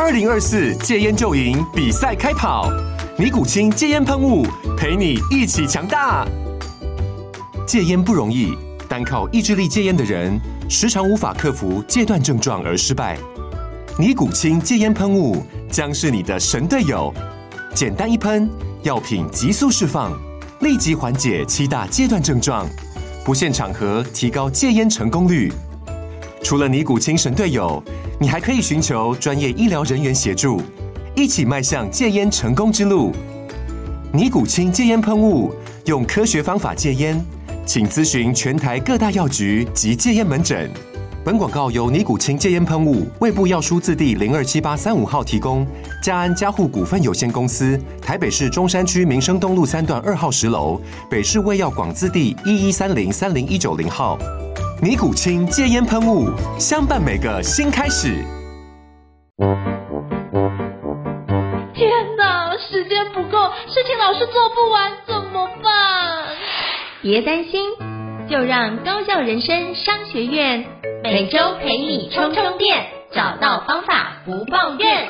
2024戒烟就赢比赛开跑，尼古清戒烟喷雾陪你一起强大。戒烟不容易，单靠意志力戒烟的人，时常无法克服戒断症状而失败。尼古清戒烟喷雾将是你的神队友，简单一喷，药品急速释放，立即缓解7大戒断症状，不限场合提高戒烟成功率。除了尼古清神队友，你还可以寻求专业医疗人员协助，一起迈向戒烟成功之路。尼古清戒烟喷雾，用科学方法戒烟，请咨询全台各大药局及戒烟门诊。本广告由尼古清戒烟喷雾、卫部药书字第027835号提供，嘉安嘉护股份有限公司，台北市中山区民生东路3段2号10楼，北市卫药广字第1130-30190号。尼古清戒烟喷雾，相伴每个新开始。 天哪，时间不够，事情老是做不完，怎么办？ 别担心，就让高效人生商学院每周陪你充充电，找到方法不抱怨。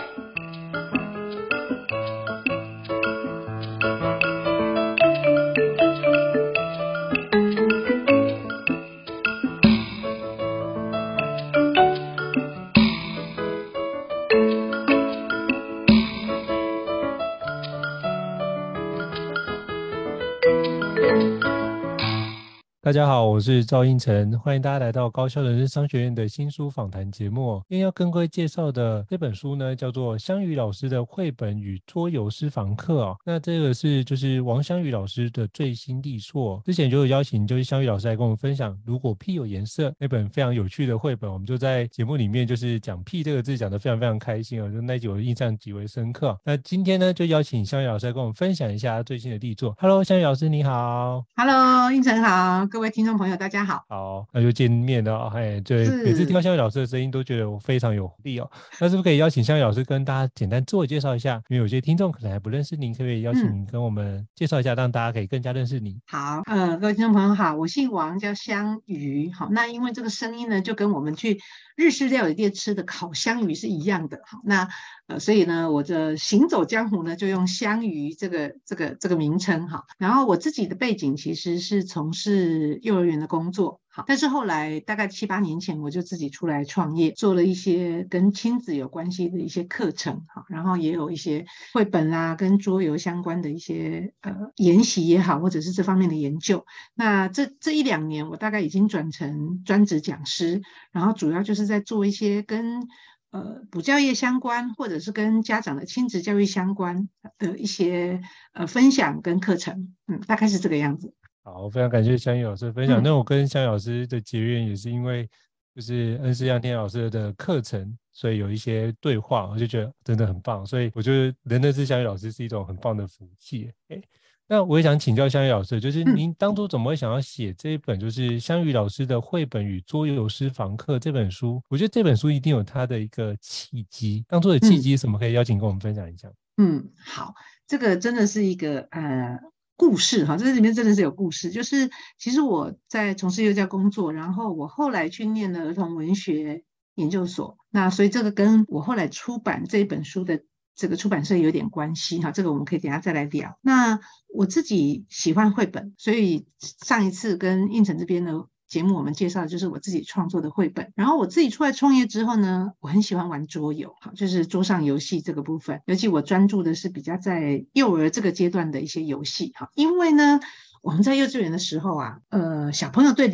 大家好，我是赵英成，欢迎大家来到高效人生商学院的新书访谈节目。今天要跟各位介绍的这本书呢，叫做香宇老师的绘本与桌游私房课那这个是就是王香宇老师的最新力作，之前就有邀请就是香宇老师来跟我们分享如果屁有颜色那本非常有趣的绘本，我们就在节目里面就是讲屁这个字讲得非常非常开心就那集我印象极为深刻。那今天呢就邀请香宇老师来跟我们分享一下最新的力作。 Hello 香宇老师你好。 Hello 英成好，各位听众朋友大家好。 好，那就见面了对，每次听到香宇老师的声音都觉得我非常有活力那是不是可以邀请香宇老师跟大家简单自我介绍一下，因为有些听众可能还不认识您，可不可以邀请您跟我们介绍一下让大家可以更加认识你？ 好，各位听众朋友好，我姓王叫香鱼。好，那因为这个声音呢就跟我们去日式料理店吃的烤香鱼是一样的。好，那所以呢我的行走江湖呢就用香鱼这个名称。好，然后我自己的背景其实是从事幼儿园的工作。好，但是后来大概7、8年前我就自己出来创业，做了一些跟亲子有关系的一些课程。好，然后也有一些绘本啦跟桌游相关的一些研习也好，或者是这方面的研究。那这1、2年我大概已经转成专职讲师，然后主要就是在做一些跟补教业相关，或者是跟家长的亲子教育相关的一些分享跟课程。大概是这个样子。 好，非常感谢香宇老师的分享。那我跟香宇老师的结缘也是因为就是恩师杨天老师的课程，所以有一些对话，我就觉得真的很棒，所以我觉得能认识香宇老师是一种很棒的福气。那我也想请教香宇老师，就是您当初怎么会想要写这一本就是香宇老师的绘本与桌游私房课这本书？我觉得这本书一定有它的一个契机，当初的契机是什么？可以邀请跟我们分享一下。 好，这个真的是一个故事哈，这里面真的是有故事。就是其实我在从事幼教工作，然后我后来去念了儿童文学研究所，那所以这个跟我后来出版这本书的这个出版社有点关系哈，这个我们可以等一下再来聊。那我自己喜欢绘本，所以上一次跟应成这边的节目我们介绍的就是我自己创作的绘本。然后我自己出来创业之后呢，我很喜欢玩桌游，就是桌上游戏这个部分，尤其我专注的是比较在幼儿这个阶段的一些游戏。因为呢我们在幼稚园的时候小朋友对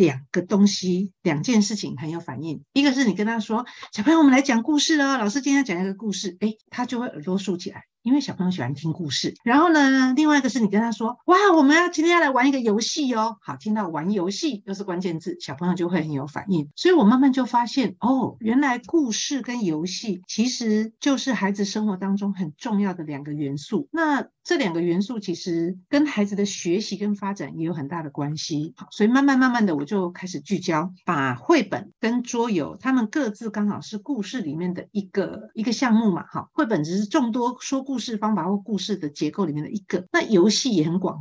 2件事情很有反应。一个是你跟他说小朋友我们来讲故事了，老师今天要讲一个故事，他就会耳朵竖起来，因为小朋友喜欢听故事。然后呢另外一个是你跟他说哇我们今天要来玩一个游戏好，听到玩游戏又是关键字，小朋友就会很有反应。所以我慢慢就发现原来故事跟游戏其实就是孩子生活当中很重要的2个元素。那这2个元素其实跟孩子的学习跟发展也有很大的关系。所以慢慢的我就开始聚焦，把绘本跟桌游他们各自刚好是故事里面的一个项目嘛。绘本只是众多说故事方法或故事的结构里面的一个，那游戏也很广泛，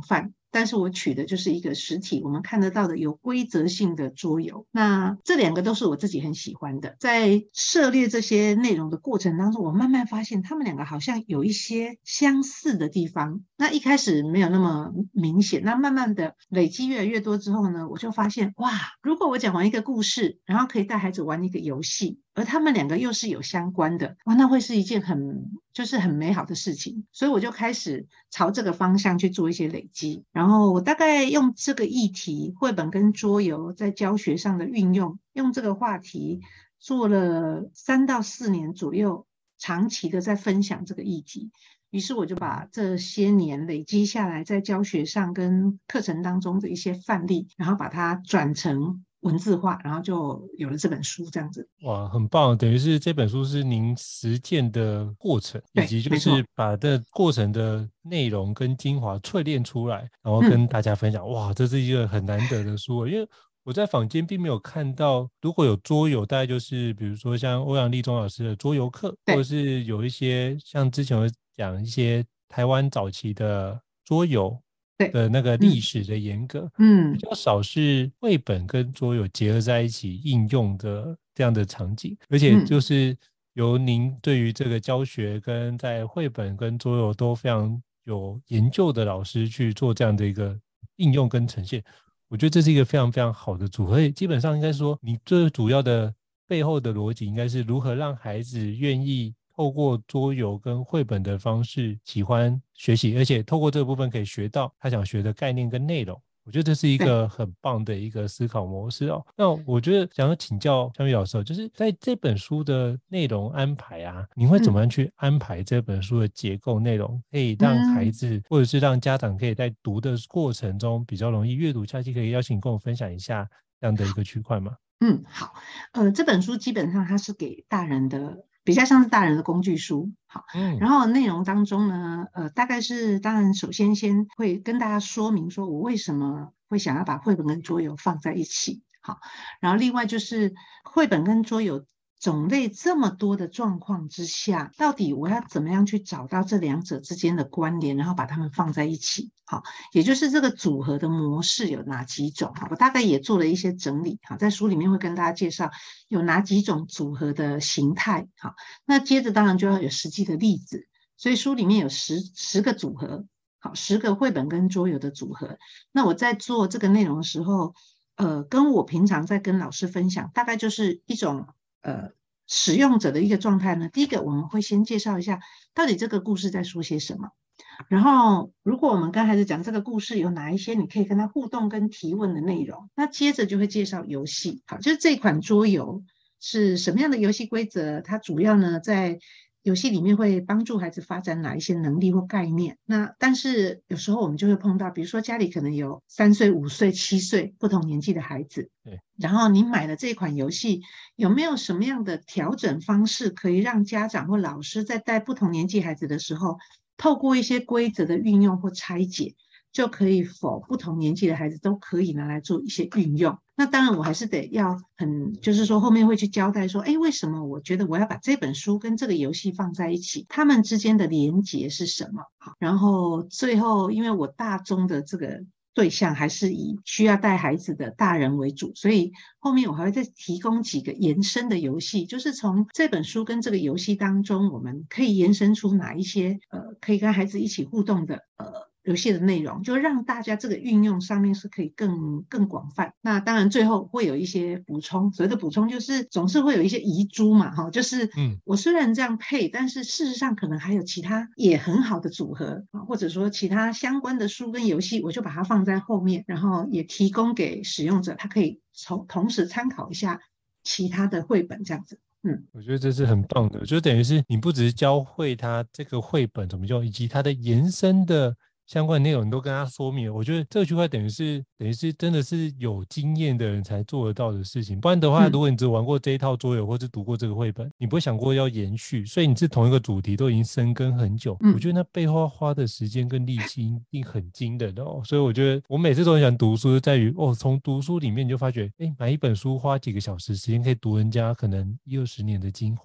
但是我取的就是一个实体我们看得到的有规则性的桌游。那这2个都是我自己很喜欢的。在涉猎这些内容的过程当中，我慢慢发现他们2个好像有一些相似的地方。那一开始没有那么明显，那慢慢的累积越来越多之后呢，我就发现哇，如果我讲完一个故事，然后可以带孩子玩一个游戏，而他们2个又是有相关的，哇，那会是一件就是很美好的事情。所以我就开始朝这个方向去做一些累积，然后我大概用这个议题，绘本跟桌游在教学上的运用，用这个话题做了3到4年左右，长期的在分享这个议题。于是我就把这些年累积下来在教学上跟课程当中的一些范例，然后把它转成文字化，然后就有了这本书这样子。 哇，很棒，等于是这本书是您实践的过程，以及就是把这过程的内容跟精华淬炼出来，然后跟大家分享。哇，这是一个很难得的书，因为我在坊间并没有看到，如果有桌游，大概就是比如说像欧阳立中老师的桌游课，或者是有一些像之前有讲一些台湾早期的桌游的那个历史的沿革，比较少是绘本跟桌游结合在一起应用的这样的场景。而且就是由您对于这个教学跟在绘本跟桌游都非常有研究的老师去做这样的一个应用跟呈现，我觉得这是一个非常非常好的组合。基本上应该说你最主要的背后的逻辑应该是如何让孩子愿意透过桌游跟绘本的方式喜欢学习，而且透过这个部分可以学到他想学的概念跟内容。我觉得这是一个很棒的一个思考模式哦。那我觉得想要请教湘玉老师，就是在这本书的内容安排啊，你会怎么样去安排这本书的结构内容，可以让孩子或者是让家长可以在读的过程中比较容易阅读下去？可以邀请你跟我分享一下这样的一个区块吗？ 好，这本书基本上它是给大人的，比较像是大人的工具书。好，然后内容当中呢，大概是当然首先会跟大家说明说我为什么会想要把绘本跟桌游放在一起。好，然后另外就是绘本跟桌游种类这么多的状况之下，到底我要怎么样去找到这2者之间的关联，然后把它们放在一起。好，也就是这个组合的模式有哪几种，我大概也做了一些整理。好，在书里面会跟大家介绍有哪几种组合的形态。好，那接着当然就要有实际的例子，所以书里面有10个组合。好，10个绘本跟桌游的组合。那我在做这个内容的时候，跟我平常在跟老师分享，大概就是一种使用者的一个状态呢。第一个我们会先介绍一下到底这个故事在说些什么，然后如果我们跟孩子讲这个故事有哪一些你可以跟他互动跟提问的内容，那接着就会介绍游戏。好，就是这款桌游是什么样的游戏规则，它主要呢在游戏里面会帮助孩子发展哪一些能力或概念。那但是有时候我们就会碰到，比如说家里可能有3岁、5岁、7岁不同年纪的孩子，然后你买了这款游戏，有没有什么样的调整方式可以让家长或老师在带不同年纪孩子的时候，透过一些规则的运用或拆解，就可以否不同年纪的孩子都可以拿来做一些运用。那当然我还是得要就是说后面会去交代说，为什么我觉得我要把这本书跟这个游戏放在一起，他们之间的连结是什么。好，然后最后因为我大宗的这个对象还是以需要带孩子的大人为主，所以后面我还会再提供几个延伸的游戏，就是从这本书跟这个游戏当中，我们可以延伸出哪一些可以跟孩子一起互动的游戏的内容，就让大家这个运用上面是可以更广泛。那当然最后会有一些补充，所谓的补充就是总是会有一些遗珠嘛，就是我虽然这样配，但是事实上可能还有其他也很好的组合，或者说其他相关的书跟游戏，我就把它放在后面，然后也提供给使用者，他可以同时参考一下其他的绘本这样子。 我觉得这是很棒的，就等于是你不只是教会他这个绘本怎么用，以及它的延伸的相关内容你都跟他说明了。我觉得这个区块等于是真的是有经验的人才做得到的事情，不然的话如果你只玩过这一套桌游或是读过这个绘本，你不会想过要延续，所以你是同一个主题都已经深耕很久，我觉得那背后花的时间跟力气一定很惊人的所以我觉得我每次都很喜欢读书，就在于从读书里面你就发觉买一本书花几个小时时间可以读人家可能10-20年的精华。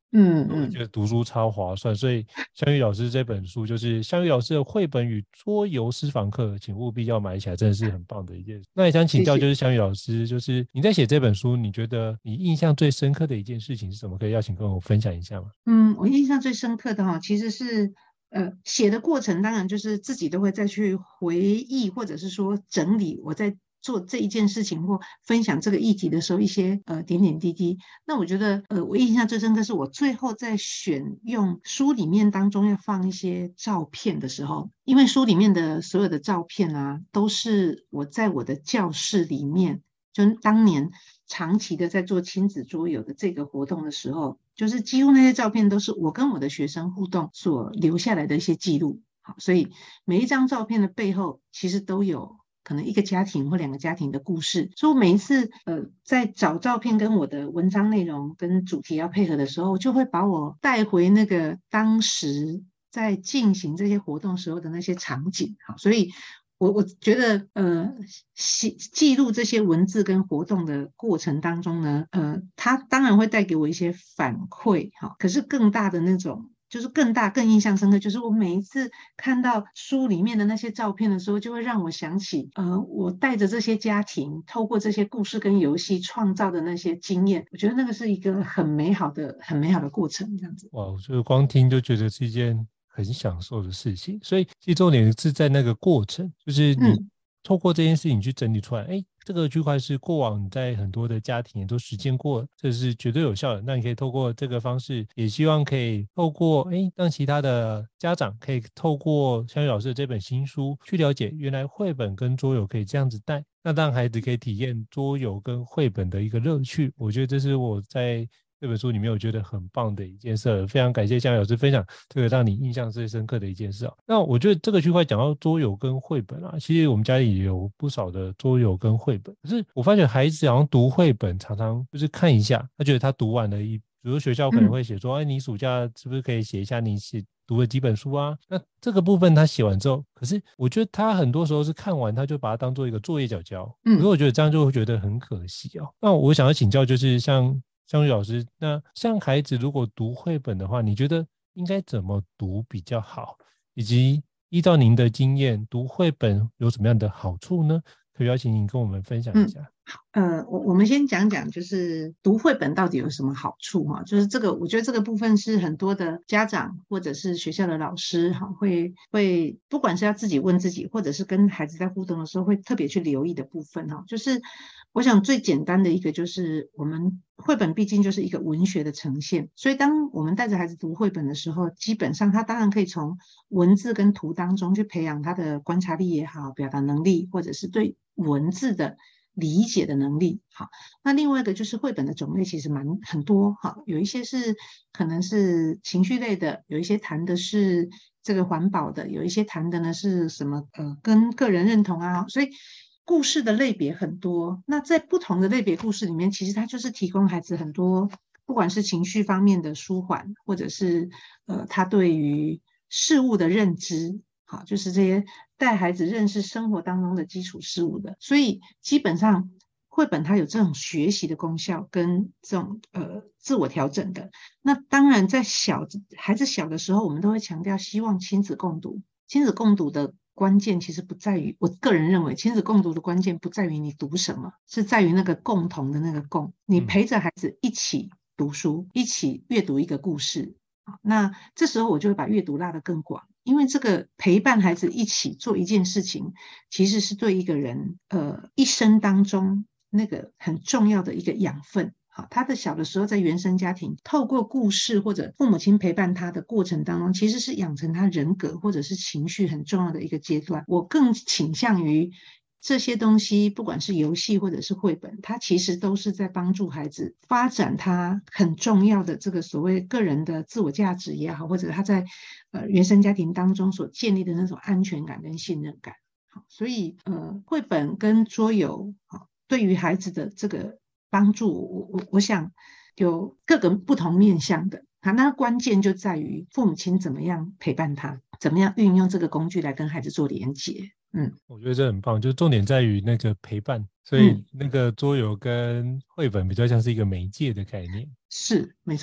我觉得读书超划算，所以香玉老师这本书就是香玉老师的绘本与桌游私房课，请务必要买起来，真的是很棒的一件事。那也想请教就是香玉老师，就是你在写这本书，你觉得你印象最深刻的一件事情是什么？可以邀请跟我分享一下吗？ 我印象最深刻的其实是写的过程，当然就是自己都会再去回忆，或者是说整理我在做这一件事情或分享这个议题的时候一些点点滴滴。那我觉得我印象最深刻是我最后在选用书里面当中要放一些照片的时候，因为书里面的所有的照片啊，都是我在我的教室里面，就当年长期的在做亲子桌游的这个活动的时候，就是几乎那些照片都是我跟我的学生互动所留下来的一些记录。好，所以每一张照片的背后其实都有可能一个家庭或两个家庭的故事，所以我每一次在找照片跟我的文章内容跟主题要配合的时候，就会把我带回那个当时在进行这些活动时候的那些场景。好，所以我觉得记录这些文字跟活动的过程当中呢，它当然会带给我一些反馈，可是更大的那种就是更印象深刻，就是我每一次看到书里面的那些照片的时候，就会让我想起我带着这些家庭透过这些故事跟游戏创造的那些经验，我觉得那个是一个很美好的过程，这样子。 哇，我就是光听就觉得是一件很享受的事情，所以其实重点是在那个过程，就是你透过这件事情去整理出来，这个区块是过往在很多的家庭也都实践过，这是绝对有效的。那你可以透过这个方式，也希望可以透过让其他的家长可以透过香玉老师的这本新书去了解，原来绘本跟桌游可以这样子带，那让孩子可以体验桌游跟绘本的一个乐趣。我觉得这是我在这本书里面我觉得很棒的一件事，非常感谢香玉老师分享这个让你印象最深刻的一件事。那我觉得这个区块讲到桌游跟绘本其实我们家里也有不少的桌游跟绘本，可是我发现孩子好像读绘本常常就是看一下，他觉得他读完了比如学校可能会写说你暑假是不是可以写一下你读了几本书啊？那这个部分他写完之后，可是我觉得他很多时候是看完他就把它当做一个作业缴交，可是我觉得这样就会觉得很可惜那我想要请教就是像香玉老师，那像孩子如果读绘本的话，你觉得应该怎么读比较好？以及依照您的经验，读绘本有什么样的好处呢？可以邀请您跟我们分享一下。 我们先讲讲就是读绘本到底有什么好处就是这个我觉得这个部分是很多的家长或者是学校的老师会不管是要自己问自己或者是跟孩子在互动的时候会特别去留意的部分就是我想最简单的一个就是我们绘本毕竟就是一个文学的呈现，所以当我们带着孩子读绘本的时候，基本上他当然可以从文字跟图当中去培养他的观察力也好，表达能力或者是对文字的理解的能力。好，那另外一个就是绘本的种类其实很多有一些是可能是情绪类的，有一些谈的是这个环保的，有一些谈的呢是什么跟个人认同所以故事的类别很多。那在不同的类别故事里面，其实它就是提供孩子很多不管是情绪方面的舒缓，或者是他对于事物的认知，好，就是这些带孩子认识生活当中的基础事物的。所以基本上绘本它有这种学习的功效跟这种自我调整的。那当然在孩子小的时候，我们都会强调希望亲子共读。亲子共读的关键其实不在于，我个人认为亲子共读的关键不在于你读什么，是在于那个共同的那个共，你陪着孩子一起读书，一起阅读一个故事。那这时候我就会把阅读拉得更广，因为这个陪伴孩子一起做一件事情，其实是对一个人一生当中那个很重要的一个养分。他的小的时候在原生家庭透过故事或者父母亲陪伴他的过程当中，其实是养成他人格或者是情绪很重要的一个阶段。我更倾向于这些东西不管是游戏或者是绘本，它其实都是在帮助孩子发展他很重要的这个所谓个人的自我价值也好，或者他在原生家庭当中所建立的那种安全感跟信任感。所以绘本跟桌游对于孩子的这个帮助，我想有各个不同面向的。那关键就在于父母亲怎么样陪伴他，怎么样运用这个工具来跟孩子做连结。 我觉得这很棒，就重点在于那个陪伴，所以那个桌游跟绘本比较像是一个媒介的概念。 是没错。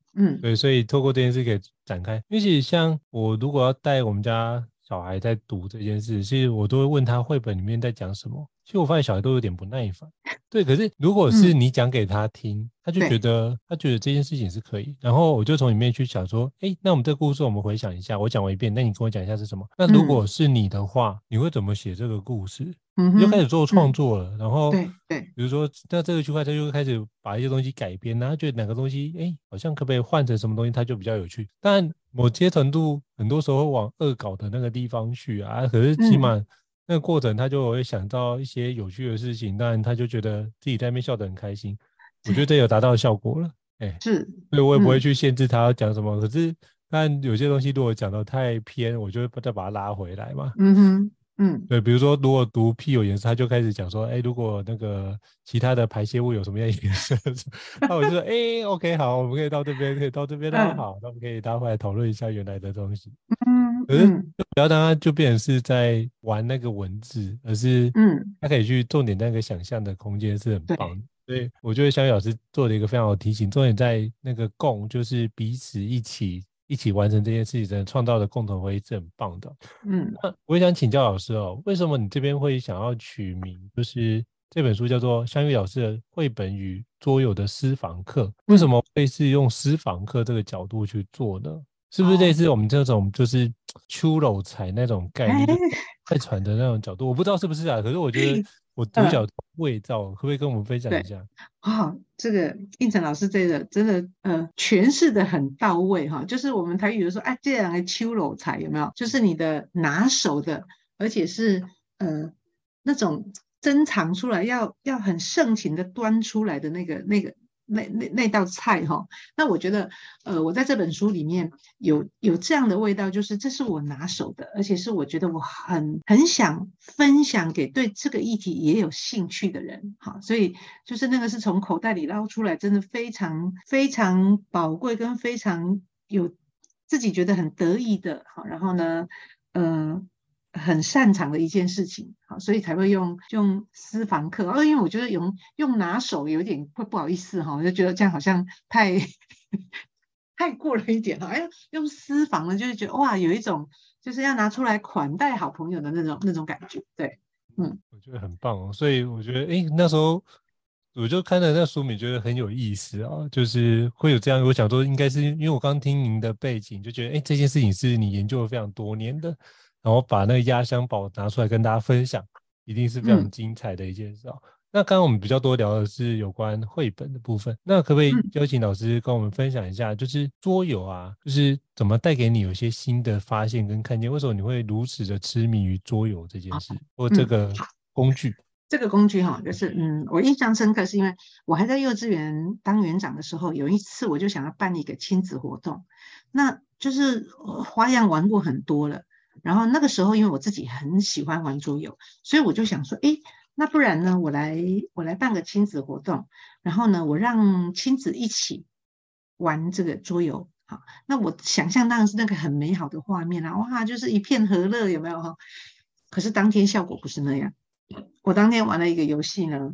对，所以透过这件事可以展开。因为其实像我如果要带我们家小孩在读这件事，其实我都会问他绘本里面在讲什么。其实我发现小孩都有点不耐烦。对，可是如果是你讲给他听，他就觉得这件事情是可以。然后我就从里面去想说，那我们这个故事我们回想一下，我讲完一遍，那你跟我讲一下是什么？那如果是你的话，你会怎么写这个故事？你就开始做创作了。然后比如说那这个区块他就开始把一些东西改编，然后觉得哪个东西好像可不可以换成什么东西，它就比较有趣。但某些程度很多时候会往恶搞的那个地方去啊，可是起码那个过程他就会想到一些有趣的事情，当然他就觉得自己在那边笑得很开心。我觉得这有达到效果了。是，所以我也不会去限制他要讲什么。可是但有些东西如果讲得太偏，我就会再把它拉回来嘛。对，比如说如果读屁有颜色，他就开始讲说，如果那个其他的排泄物有什么样的颜色，那我就说OK 好，我们可以到这边，好，那我们可以大家回来讨论一下原来的东西。可是就不要让他就变成是在玩那个文字，而是他可以去重点那个想象的空间是很棒的。所以我觉得香玉老师做了一个非常好的提醒，重点在那个共，就是彼此一起完成这件事情，创造的共同回忆是很棒的。那我也想请教老师为什么你这边会想要取名，就是这本书叫做香玉老师的绘本与桌游的私房课，为什么会是用私房课这个角度去做呢？是不是类似我们这种就是秋楼才那种概念，快传的那种角度？我不知道是不是啊，可是我觉得我读小味道，可不可以跟我们分享一下？ 这个应成老师这个真的诠释的很到位哈，就是我们台语说这样的秋楼才有没有？就是你的拿手的，而且是那种珍藏出来要很盛情的端出来的那道菜哈。那我觉得我在这本书里面有这样的味道，就是这是我拿手的，而且是我觉得我很想分享给对这个议题也有兴趣的人。好，所以就是那个是从口袋里捞出来，真的非常非常宝贵跟非常有自己觉得很得意的。好，然后呢很擅长的一件事情，好，所以才会用私房课。因为我觉得用拿手有点会不好意思哈，我就觉得这样好像太过了一点哈。用私房呢，就是觉得哇，有一种就是要拿出来款待好朋友的那种感觉。对， 我觉得很棒所以我觉得那时候我就看了那书名，觉得很有意思就是会有这样。我想说，应该是因为我刚听您的背景，就觉得这件事情是你研究了非常多年的。然后把那个压箱宝拿出来跟大家分享，一定是非常精彩的一件事那刚刚我们比较多聊的是有关绘本的部分，那可不可以邀请老师跟我们分享一下，就是桌游就是怎么带给你有些新的发现跟看见？为什么你会如此的痴迷于桌游这件事，或这个工具？ 这个工具就是我印象深刻，是因为我还在幼稚园当园长的时候，有一次我就想要办一个亲子活动，那就是花样玩过很多了。然后那个时候因为我自己很喜欢玩桌游，所以我就想说那不然呢我来办个亲子活动，然后呢我让亲子一起玩这个桌游。好，那我想象当然是那个很美好的画面哇，就是一片和乐，有没有可是当天效果不是那样。我当天玩了一个游戏呢，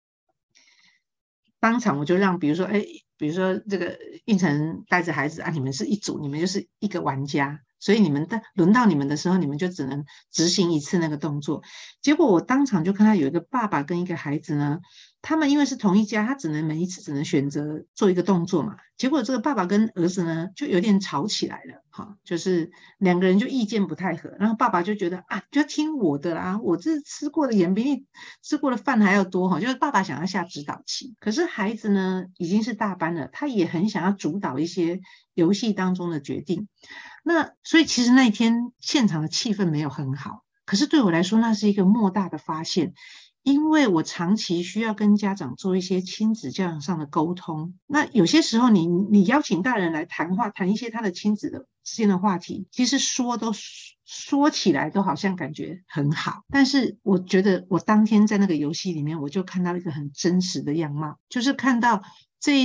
当场我就让比如说这个应成带着孩子你们是一组，你们就是一个玩家，所以轮到你们的时候，你们就只能执行一次那个动作。结果我当场就看到有一个爸爸跟一个孩子呢，他们因为是同一家，他每一次只能选择做一个动作嘛。结果这个爸爸跟儿子呢就有点吵起来了就是两个人就意见不太合，然后爸爸就觉得就要听我的啦，我这吃过的盐比你吃过的饭还要多就是爸爸想要下指导棋。可是孩子呢已经是大班了，他也很想要主导一些游戏当中的决定。那所以其实那一天现场的气氛没有很好，可是对我来说那是一个莫大的发现，因为我长期需要跟家长做一些亲子教养上的沟通。那有些时候你邀请大人来谈话，谈一些他的亲子的之间的话题，其实说起来都好像感觉很好，但是我觉得我当天在那个游戏里面，我就看到一个很真实的样貌，就是看到这一组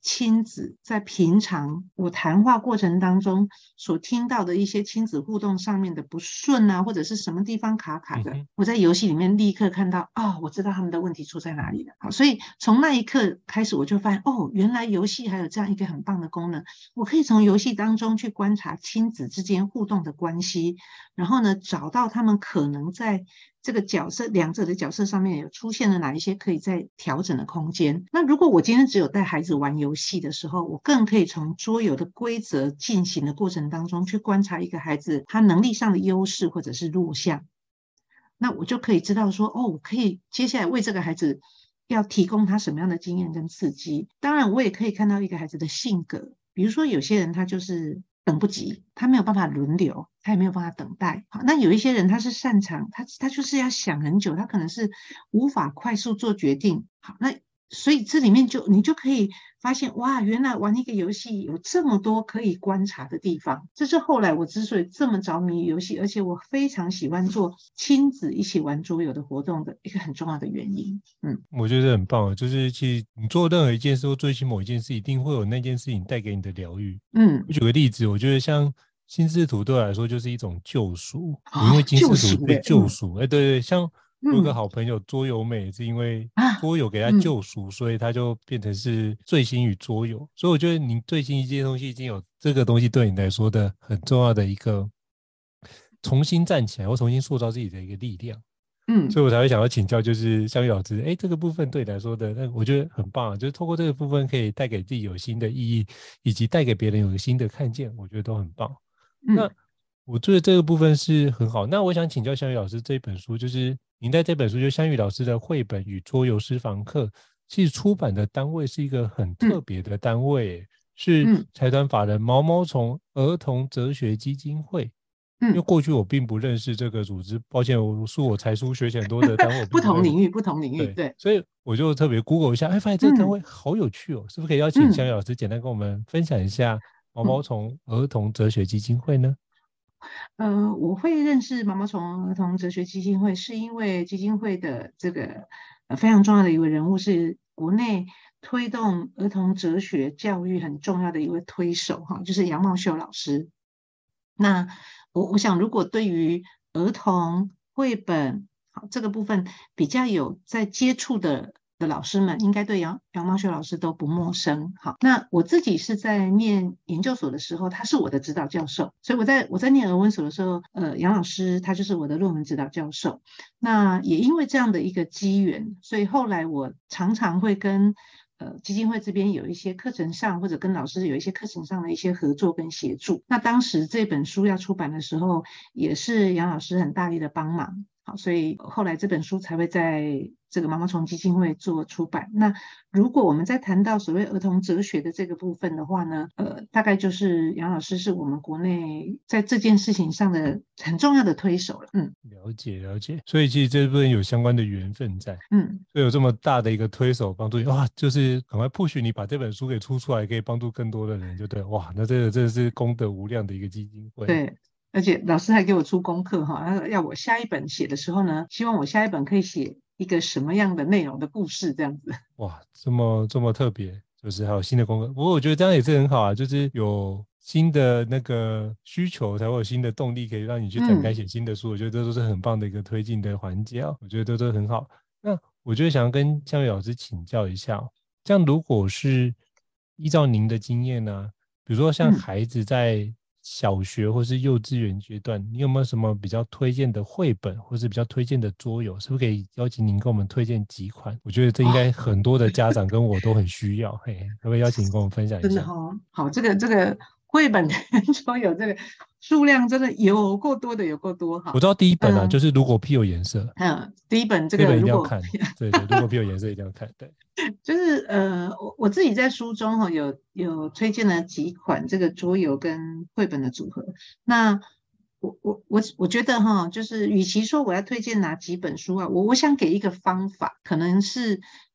亲子在平常我谈话过程当中所听到的一些亲子互动上面的不顺啊，或者是什么地方卡卡的，我在游戏里面立刻看到我知道他们的问题出在哪里了。好，所以从那一刻开始我就发现原来游戏还有这样一个很棒的功能，我可以从游戏当中去观察亲子之间互动的关系，然后呢找到他们可能在这个角色两者的角色上面有出现了哪一些可以再调整的空间。那如果我今天只有带孩子玩游戏的时候，我更可以从桌游的规则进行的过程当中去观察一个孩子他能力上的优势或者是弱项，那我就可以知道说我可以接下来为这个孩子要提供他什么样的经验跟刺激。当然我也可以看到一个孩子的性格，比如说有些人他就是等不及，他没有办法轮流，他也没有办法等待。好，那有一些人他是擅长，他就是要想很久，他可能是无法快速做决定。好，那所以这里面你就可以发现，哇，原来玩一个游戏有这么多可以观察的地方。这是后来我之所以这么着迷游戏，而且我非常喜欢做亲子一起玩桌游的活动的一个很重要的原因。 我觉得很棒，就是其实你做任何一件事或追寻某一件事，一定会有那件事情带给你的疗愈。我举个例子，我觉得像心智图对我来说就是一种救赎，我因为心智图被救赎。对对，像我有个好朋友桌游妹，是因为桌游给他救赎，所以他就变成是醉心于桌游。所以我觉得你醉心一件东西，已经有这个东西对你来说的很重要的一个重新站起来或重新塑造自己的一个力量。所以我才会想要请教，就是香玉老师，这个部分对你来说的，那我觉得很棒，就是透过这个部分可以带给自己有新的意义，以及带给别人有个新的看见，我觉得都很棒。那我觉得这个部分是很好。那我想请教香玉老师，这本书就是您在这本书，就是香玉老师的绘本与桌游私房课，其实出版的单位是一个很特别的单位，是财团法人毛毛虫儿童哲学基金会。因为过去我并不认识这个组织，抱歉，我才疏学浅很多的单位不同领域，对， 所以我就特别 Google 一下，发现这个单位好有趣哦，是不是可以邀请香玉老师简单跟我们分享一下毛毛虫儿童哲学基金会呢？ 我会认识毛毛虫儿童哲学基金会，是因为基金会的这个非常重要的一位人物，是国内推动儿童哲学教育很重要的一位推手就是杨茂秀老师。那我想如果对于儿童绘本这个部分比较有在接触的老师们，应该对杨茂秀老师都不陌生。好，那我自己是在念研究所的时候，他是我的指导教授，所以我在念儿文所的时候，杨老师他就是我的论文指导教授。那也因为这样的一个机缘，所以后来我常常会跟基金会这边有一些课程上，或者跟老师有一些课程上的一些合作跟协助。那当时这本书要出版的时候，也是杨老师很大力的帮忙。好，所以后来这本书才会在这个毛毛虫基金会做出版。那如果我们在谈到所谓儿童哲学的这个部分的话呢，大概就是杨老师是我们国内在这件事情上的很重要的推手了。 了解。所以其实这部分有相关的缘分在。所以有这么大的一个推手帮助你，哇，就是赶快 push 你把这本书给出出来，可以帮助更多的人，就对。哇，那这个真的是功德无量的一个基金会。 对。而且老师还给我出功课要我下一本写的时候呢，希望我下一本可以写一个什么样的内容的故事这样子。 哇，这么特别，就是还有新的功课。不过我觉得这样也是很好啊，就是有新的那个需求，才会有新的动力可以让你去展开写新的书。我觉得这都是很棒的一个推进的环节我觉得都很好。那我就想要跟香玉老师请教一下这样如果是依照您的经验呢，比如说像孩子在小学或是幼稚园阶段，你有没有什么比较推荐的绘本或是比较推荐的桌游，是不是可以邀请您跟我们推荐几款？我觉得这应该很多的家长跟我都很需要可不可以邀请您跟我们分享一下？ 真的好，这个绘本跟桌游这个数量真的有够多的，有够多哈。 我知道第一本就是如果屁有颜色。 第一本这个一定要看。对，如果屁有颜色一定要看。对。 就是我自己在书中有推荐了几款这个桌游跟绘本的组合。那我觉得就是与其说我要推荐哪几本书我想给一个方法，可能是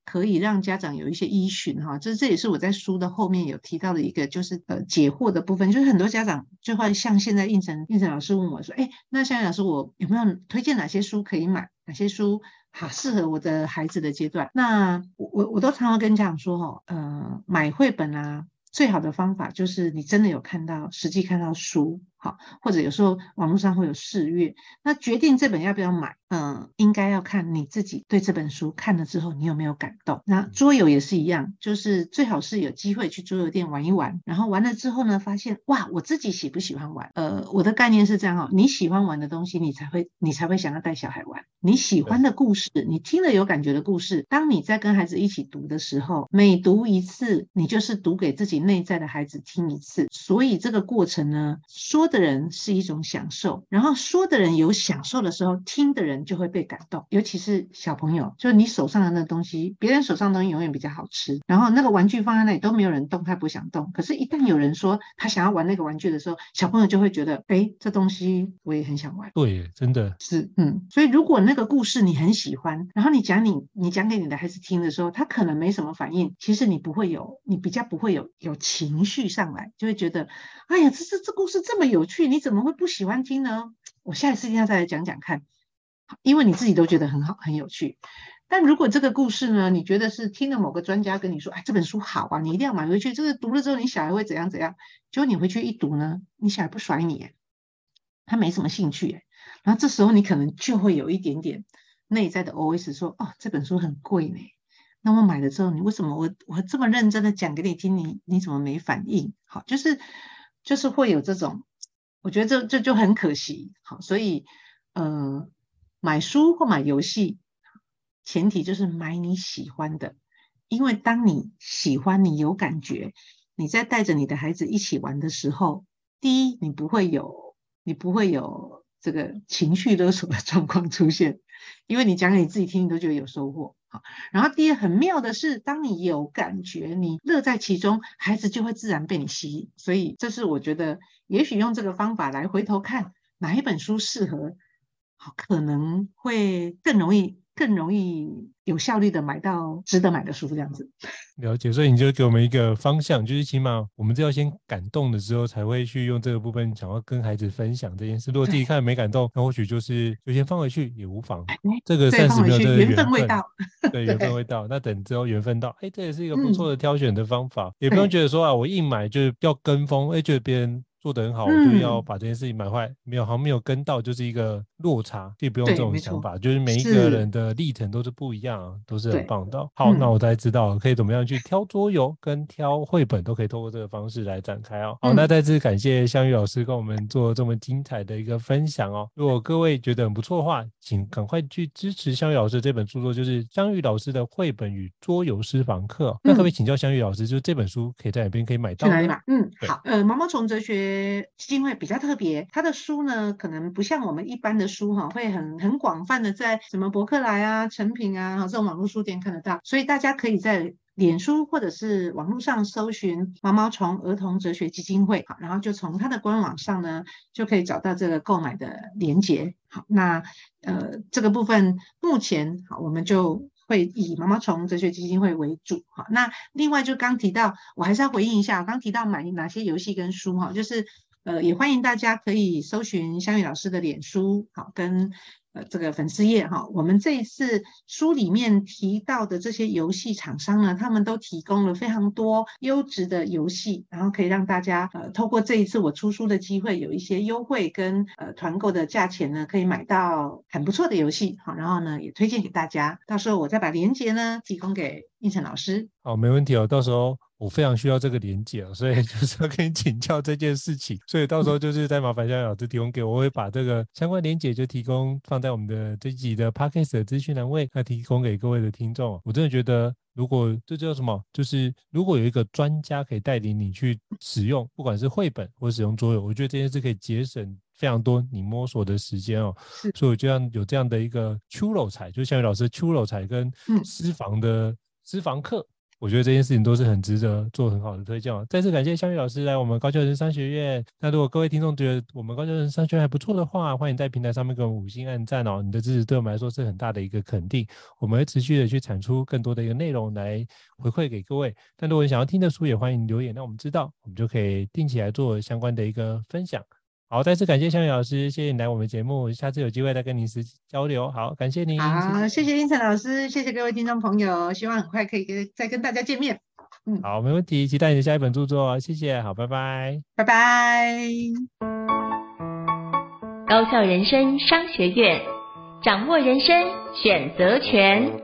可以让家长有一些依循哈。这也是我在书的后面有提到的一个，就是解惑的部分。就是很多家长就会像现在应成老师问我说，那香玉老师我有没有推荐哪些书可以买，哪些书好适合我的孩子的阶段？那我都常常跟家长说买绘本啊，最好的方法就是你真的有实际看到书，好，或者有时候网络上会有试阅。那决定这本要不要买，应该要看你自己对这本书看了之后你有没有感动。那桌游也是一样，就是最好是有机会去桌游店玩一玩，然后玩了之后呢，发现哇，我自己喜不喜欢玩？我的概念是这样你喜欢玩的东西，你才会想要带小孩玩。你喜欢的故事，你听了有感觉的故事，当你在跟孩子一起读的时候，每读一次，你就是读给自己内在的孩子听一次。所以这个过程呢，说的人是一种享受，然后说的人有享受的时候，听的人就会被感动。尤其是小朋友，就是你手上的那东西，别人手上的东西永远比较好吃，然后那个玩具放在那里都没有人动，他不想动，可是一旦有人说他想要玩那个玩具的时候，小朋友就会觉得这东西我也很想玩。 对，真的是所以如果那个故事你很喜欢，然后你讲给你的孩子听的时候，他可能没什么反应，其实你比较不会有情绪上来，就会觉得哎呀，这故事这么有趣，你怎么会不喜欢听呢？我下一次一定要再来讲讲看，因为你自己都觉得很好很有趣。但如果这个故事呢，你觉得是听了某个专家跟你说，这本书好啊，你一定要买回去，这个读了之后你小孩会怎样怎样，结果你回去一读呢，你小孩不甩你他没什么兴趣然后这时候你可能就会有一点点内在的 OS 说，这本书很贵呢，那我买了之后，你为什么我这么认真的讲给你听，你怎么没反应？好，就是会有这种，我觉得这就很可惜。好，所以买书或买游戏，前提就是买你喜欢的，因为当你喜欢，你有感觉，你在带着你的孩子一起玩的时候，第一，你不会有这个情绪勒索的状况出现，因为你讲给你自己听，你都觉得有收获。好，然后第二，很妙的是，当你有感觉，你乐在其中，孩子就会自然被你吸引。所以这是我觉得，也许用这个方法来回头看哪一本书适合，可能会更容易有效率的买到值得买的书，这样子。 了解，所以你就给我们一个方向，就是起码我们要先感动的时候，才会去用这个部分想要跟孩子分享这件事。如果自己看没感动，那或许就先放回去也无妨。这个30秒这个缘分未到， 对，缘分未到。那等之后缘分到，这也是一个不错的挑选的方法，也不用觉得说我硬买就是要跟风，觉得别人做得很好，我就要把这件事情买坏，好像没有跟到，就是一个落差，可以不用这种想法，就是每一个人的历程都是不一样，都是很棒的。好，那我才知道可以怎么样去挑桌游跟挑绘本，都可以透过这个方式来展开好，那再次感谢香玉老师跟我们做这么精彩的一个分享如果各位觉得很不错的话，请赶快去支持香玉老师这本著作，就是香玉老师的绘本与桌游私房课那可不可以请教香玉老师，就是这本书可以在哪边可以买到呢？ 去哪里买？好，毛毛虫哲学基金会比较特别，它的书呢可能不像我们一般的书会很广泛的在什么博客来啊、诚品啊这种网络书店看得到，所以大家可以在脸书或者是网络上搜寻毛毛虫儿童哲学基金会，好，然后就从它的官网上呢就可以找到这个购买的连结。好，那这个部分目前我们就会以毛毛虫哲学基金会为主。好，那另外就刚提到，我还是要回应一下，刚提到买哪些游戏跟书就是也欢迎大家可以搜寻香玉老师的脸书好跟这个粉丝页我们这一次书里面提到的这些游戏厂商呢，他们都提供了非常多优质的游戏，然后可以让大家透过这一次我出书的机会，有一些优惠跟团购的价钱呢，可以买到很不错的游戏好，然后呢也推荐给大家，到时候我再把链接呢提供给应成老师。 好，没问题到时候我非常需要这个连结所以就是要跟你请教这件事情，所以到时候就是再麻烦香玉老师提供给我，我会把这个相关连结就提供放在我们的这集的 Podcast 的资讯栏位，那提供给各位的听众我真的觉得如果这叫什么，就是如果有一个专家可以带领你去使用，不管是绘本或使用桌游，我觉得这件事可以节省非常多你摸索的时间所以我就有这样的一个秋楼彩，就是香玉老师秋楼彩跟私房课我觉得这件事情都是很值得做很好的推荐。再次感谢香玉老师来我们高校人商学院。那如果各位听众觉得我们高校人商学院还不错的话，欢迎在平台上面给我们5星按赞哦，你的支持对我们来说是很大的一个肯定，我们会持续的去产出更多的一个内容来回馈给各位。但如果你想要听的书，也欢迎留言让我们知道，我们就可以定期来做相关的一个分享。好，再次感谢香玉老师，谢谢你来我们节目，下次有机会再跟您交流。好，感谢您。 好，谢谢英成老师，谢谢各位听众朋友，希望很快可以再跟大家见面。 好，没问题，期待你的下一本著作，谢谢，好，拜拜。 拜拜。 高校人生商学院，掌握人生选择权。